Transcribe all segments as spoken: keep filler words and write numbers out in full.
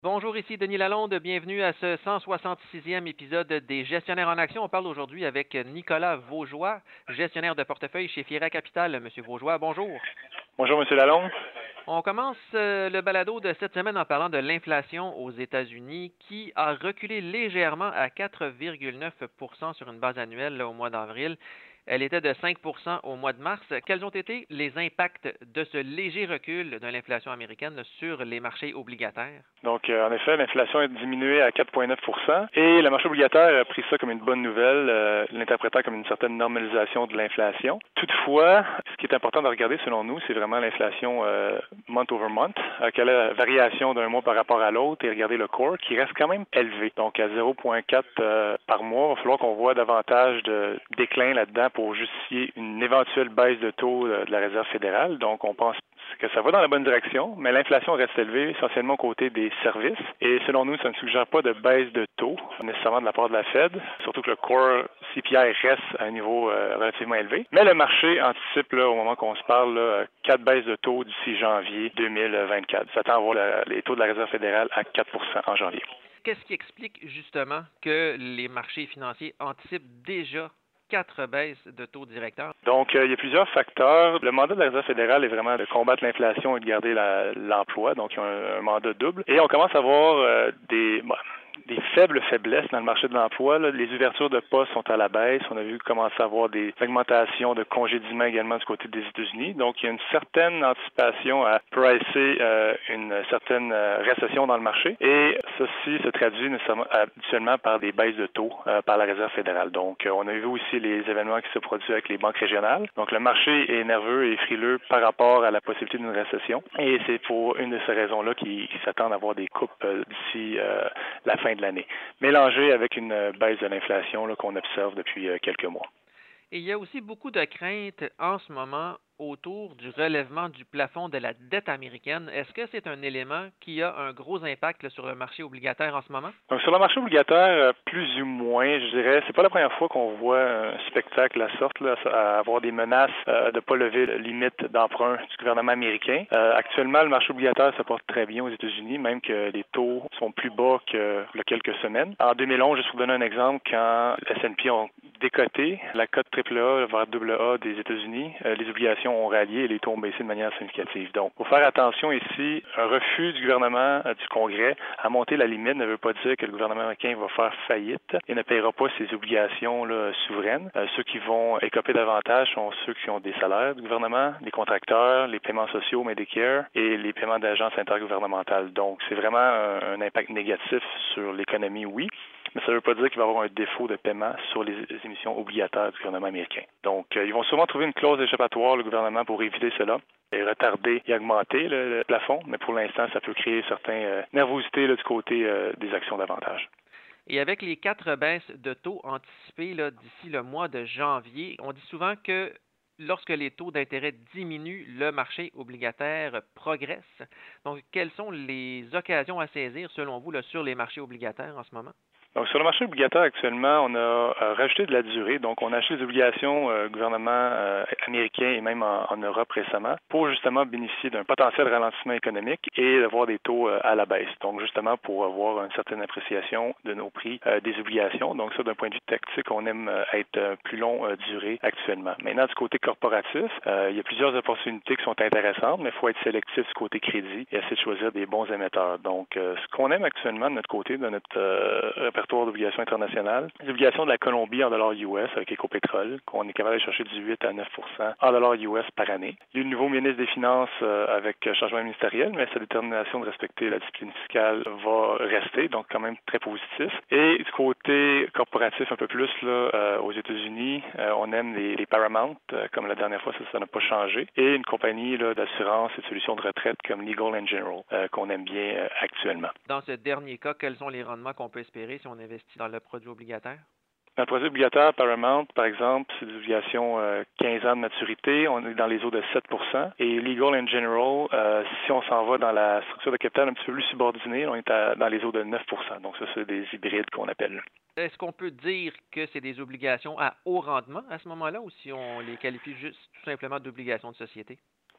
Bonjour, ici Denis Lalonde. Bienvenue à ce cent soixante-sixième épisode des Gestionnaires en action. On parle aujourd'hui avec Nicolas Vaugeois, gestionnaire de portefeuille chez Fiera Capital. Monsieur Vaugeois, bonjour. Bonjour, Monsieur Lalonde. On commence euh, le balado de cette semaine en parlant de l'inflation aux États-Unis qui a reculé légèrement à quatre virgule neuf pour cent sur une base annuelle là, au mois d'avril. Elle était de cinq pour cent au mois de mars. Quels ont été les impacts de ce léger recul de l'inflation américaine sur les marchés obligataires? Donc, euh, en effet, l'inflation a diminué à quatre virgule neuf pour cent et le marché obligataire a pris ça comme une bonne nouvelle, euh, l'interprétant comme une certaine normalisation de l'inflation. Toutefois, ce qui est important de regarder, selon nous, c'est vraiment l'inflation euh, month over month, euh, quelle est la variation d'un mois par rapport à l'autre, et regarder le core qui reste quand même élevé. Donc, à zéro virgule quatre euh, par mois, il va falloir qu'on voit davantage de déclin là-dedans pour justifier une éventuelle baisse de taux de la Réserve fédérale. Donc, on pense que ça va dans la bonne direction, mais l'inflation reste élevée essentiellement côté des services. Et selon nous, ça ne suggère pas de baisse de taux, nécessairement de la part de la Fed, surtout que le core C P I reste à un niveau euh, relativement élevé. Mais le marché anticipe, là, au moment qu'on se parle, là, quatre baisses de taux d'ici janvier deux mille vingt-quatre. Ça tend à voir la, les taux de la Réserve fédérale à quatre pour cent en janvier. Qu'est-ce qui explique justement que les marchés financiers anticipent déjà quatre baisses de taux directeurs? Donc, euh, il y a plusieurs facteurs. Le mandat de la Réserve fédérale est vraiment de combattre l'inflation et de garder la, l'emploi. Donc, ils ont un, un mandat double. Et on commence à voir euh, des... Bon, des faibles faiblesses dans le marché de l'emploi. Là. Les ouvertures de postes sont à la baisse. On a vu commencer à avoir des augmentations de congédiements également du côté des États-Unis. Donc, il y a une certaine anticipation à pricer euh, une certaine euh, récession dans le marché. Et ceci se traduit nécessairement habituellement par des baisses de taux euh, par la Réserve fédérale. Donc, euh, on a vu aussi les événements qui se produisent avec les banques régionales. Donc, le marché est nerveux et frileux par rapport à la possibilité d'une récession. Et c'est pour une de ces raisons-là qu'ils s'attendent à avoir des coupes euh, d'ici euh, la fin de l'année, mélangé avec une baisse de l'inflation là, qu'on observe depuis euh, quelques mois. Et il y a aussi beaucoup de craintes en ce moment autour du relèvement du plafond de la dette américaine. Est-ce que c'est un élément qui a un gros impact là, sur le marché obligataire en ce moment? Donc, sur le marché obligataire, plus ou moins, je dirais, c'est pas la première fois qu'on voit un spectacle de la sorte, là, à avoir des menaces euh, de ne pas lever la limite d'emprunt du gouvernement américain. Euh, actuellement, le marché obligataire se porte très bien aux États-Unis, même que les taux sont plus bas que il y a quelques semaines. En deux mille onze, juste pour donner un exemple, quand le S and P ont décoté la cote triple A vers double A des États-Unis, euh, les obligations ont rallié et les taux ont baissé de manière significative. Donc, il faut faire attention ici, un refus du gouvernement, euh, du Congrès, à monter la limite ne veut pas dire que le gouvernement américain va faire faillite et ne paiera pas ses obligations là, souveraines. Euh, ceux qui vont écoper davantage sont ceux qui ont des salaires du gouvernement, les contracteurs, les paiements sociaux, Medicare et les paiements d'agences intergouvernementales. Donc, c'est vraiment un, un impact négatif sur l'économie, oui, mais ça ne veut pas dire qu'il va y avoir un défaut de paiement sur les émissions obligataires du gouvernement américain. Donc, euh, ils vont sûrement trouver une clause échappatoire, le gouvernement, pour éviter cela et retarder et augmenter le, le plafond, mais pour l'instant, ça peut créer certaines euh, nervosités là, du côté euh, des actions d'avantage. Et avec les quatre baisses de taux anticipées là, d'ici le mois de janvier, on dit souvent que lorsque les taux d'intérêt diminuent, le marché obligataire progresse. Donc, quelles sont les occasions à saisir, selon vous, là, sur les marchés obligataires en ce moment? Donc, sur le marché obligataire, actuellement, on a euh, rajouté de la durée. Donc, on a acheté des obligations euh, gouvernement euh, américain et même en, en Europe récemment pour justement bénéficier d'un potentiel ralentissement économique et d'avoir des taux euh, à la baisse. Donc, justement, pour avoir une certaine appréciation de nos prix euh, des obligations. Donc, ça, d'un point de vue tactique, on aime euh, être euh, plus long euh, durée actuellement. Maintenant, du côté corporatif, euh, il y a plusieurs opportunités qui sont intéressantes, mais il faut être sélectif du côté crédit et essayer de choisir des bons émetteurs. Donc, euh, ce qu'on aime actuellement de notre côté, de notre euh, d'obligations internationales. Les obligations de la Colombie en dollars U S avec Écopétrol, qu'on est capable de chercher du huit à neuf pour cent en dollars U S par année. Il y a eu le nouveau ministre des Finances euh, avec changement ministériel, mais sa détermination de respecter la discipline fiscale va rester, donc quand même très positif. Et du côté corporatif un peu plus là, euh, aux États-Unis, euh, on aime les, les Paramount, euh, comme la dernière fois, ça, ça n'a pas changé. Et une compagnie là, d'assurance et de solutions de retraite comme Legal and General, euh, qu'on aime bien euh, actuellement. Dans ce dernier cas, quels sont les rendements qu'on peut espérer si on investit dans le produit obligataire? Dans le produit obligataire Paramount, par exemple, c'est des obligations euh, quinze ans de maturité. On est dans les eaux de sept pour cent. Et Legal and General, euh, si on s'en va dans la structure de capital un petit peu plus subordonnée, on est à, dans les eaux de neuf pour cent. Donc ça, c'est des hybrides qu'on appelle. Est-ce qu'on peut dire que c'est des obligations à haut rendement à ce moment-là ou si on les qualifie juste tout simplement d'obligations de société?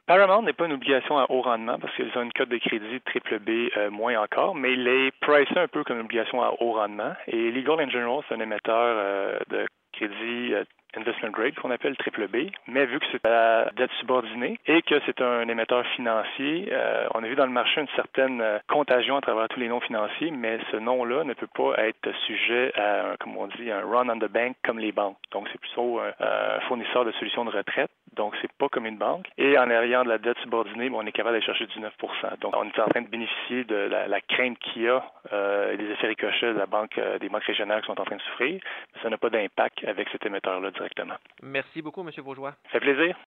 Paramount n'est pas une obligation à haut rendement parce qu'ils ont une cote de crédit triple B euh, moins encore, mais il est pricé un peu comme une obligation à haut rendement. Et Legal and General, c'est un émetteur euh, de crédit euh, investment grade qu'on appelle triple B, mais vu que c'est à la dette subordonnée et que c'est un émetteur financier, euh, on a vu dans le marché une certaine euh, contagion à travers tous les noms financiers, mais ce nom-là ne peut pas être sujet à, comme on dit, un run on the bank comme les banques. Donc, c'est plutôt un, un fournisseur de solutions de retraite. Donc, c'est pas comme une banque. Et en ayant de la dette subordonnée, on est capable d'aller chercher du neuf pour cent. Donc, on est en train de bénéficier de la, la crainte qu'il y a euh, et des effets ricochets de la banque, euh, des banques régionales qui sont en train de souffrir. Mais ça n'a pas d'impact avec cet émetteur-là directement. Merci beaucoup, M. Bourgeois. Ça fait plaisir.